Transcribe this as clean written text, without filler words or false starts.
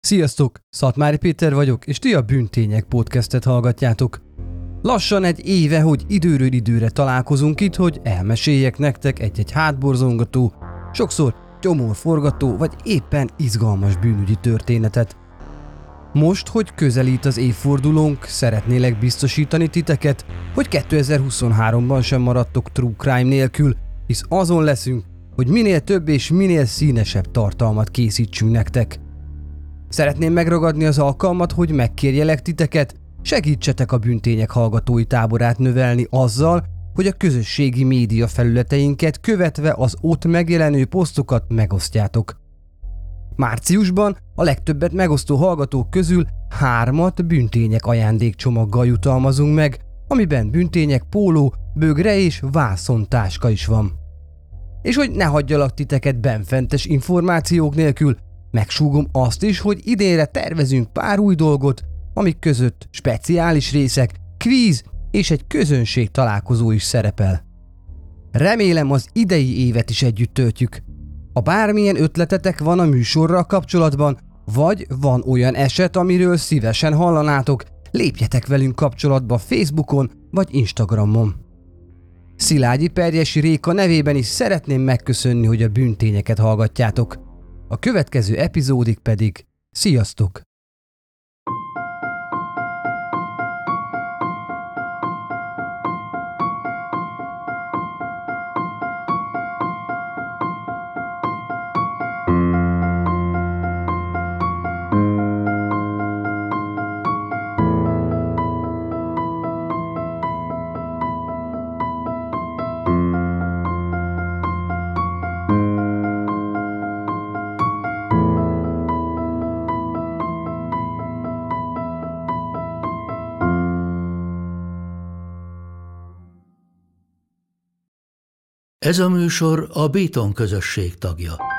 Sziasztok! Szatmári Péter vagyok, és ti a Bűntények podcastet hallgatjátok. Lassan egy éve, hogy időről időre találkozunk itt, hogy elmeséljek nektek egy-egy hátborzongató, sokszor gyomorforgató, vagy éppen izgalmas bűnügyi történetet. Most, hogy közelít az évfordulónk, szeretnélek biztosítani titeket, hogy 2023-ban sem maradtok true crime nélkül, hisz azon leszünk, hogy minél több és minél színesebb tartalmat készítsünk nektek. Szeretném megragadni az alkalmat, hogy megkérjelek titeket, segítsetek a Bűntények hallgatói táborát növelni azzal, hogy a közösségi média felületeinket követve az ott megjelenő posztokat megosztjátok. Márciusban a legtöbbet megosztó hallgatók közül 3 bűntények ajándékcsomaggal jutalmazunk meg, amiben bűntények póló, bögre és vászontáska is van. És hogy ne hagyjalak titeket benfentes információk nélkül, megsúgom azt is, hogy idénre tervezünk pár új dolgot, amik között speciális részek, kvíz és egy közönség találkozó is szerepel. Remélem az idei évet is együtt töltjük. Ha bármilyen ötletetek van a műsorral kapcsolatban, vagy van olyan eset, amiről szívesen hallanátok, lépjetek velünk kapcsolatba Facebookon vagy Instagramon. Szilágyi Perjesi Réka nevében is szeretném megköszönni, hogy a Bűntényeket hallgatjátok. A következő epizódig pedig sziasztok! Ez a műsor a Béton közösség tagja.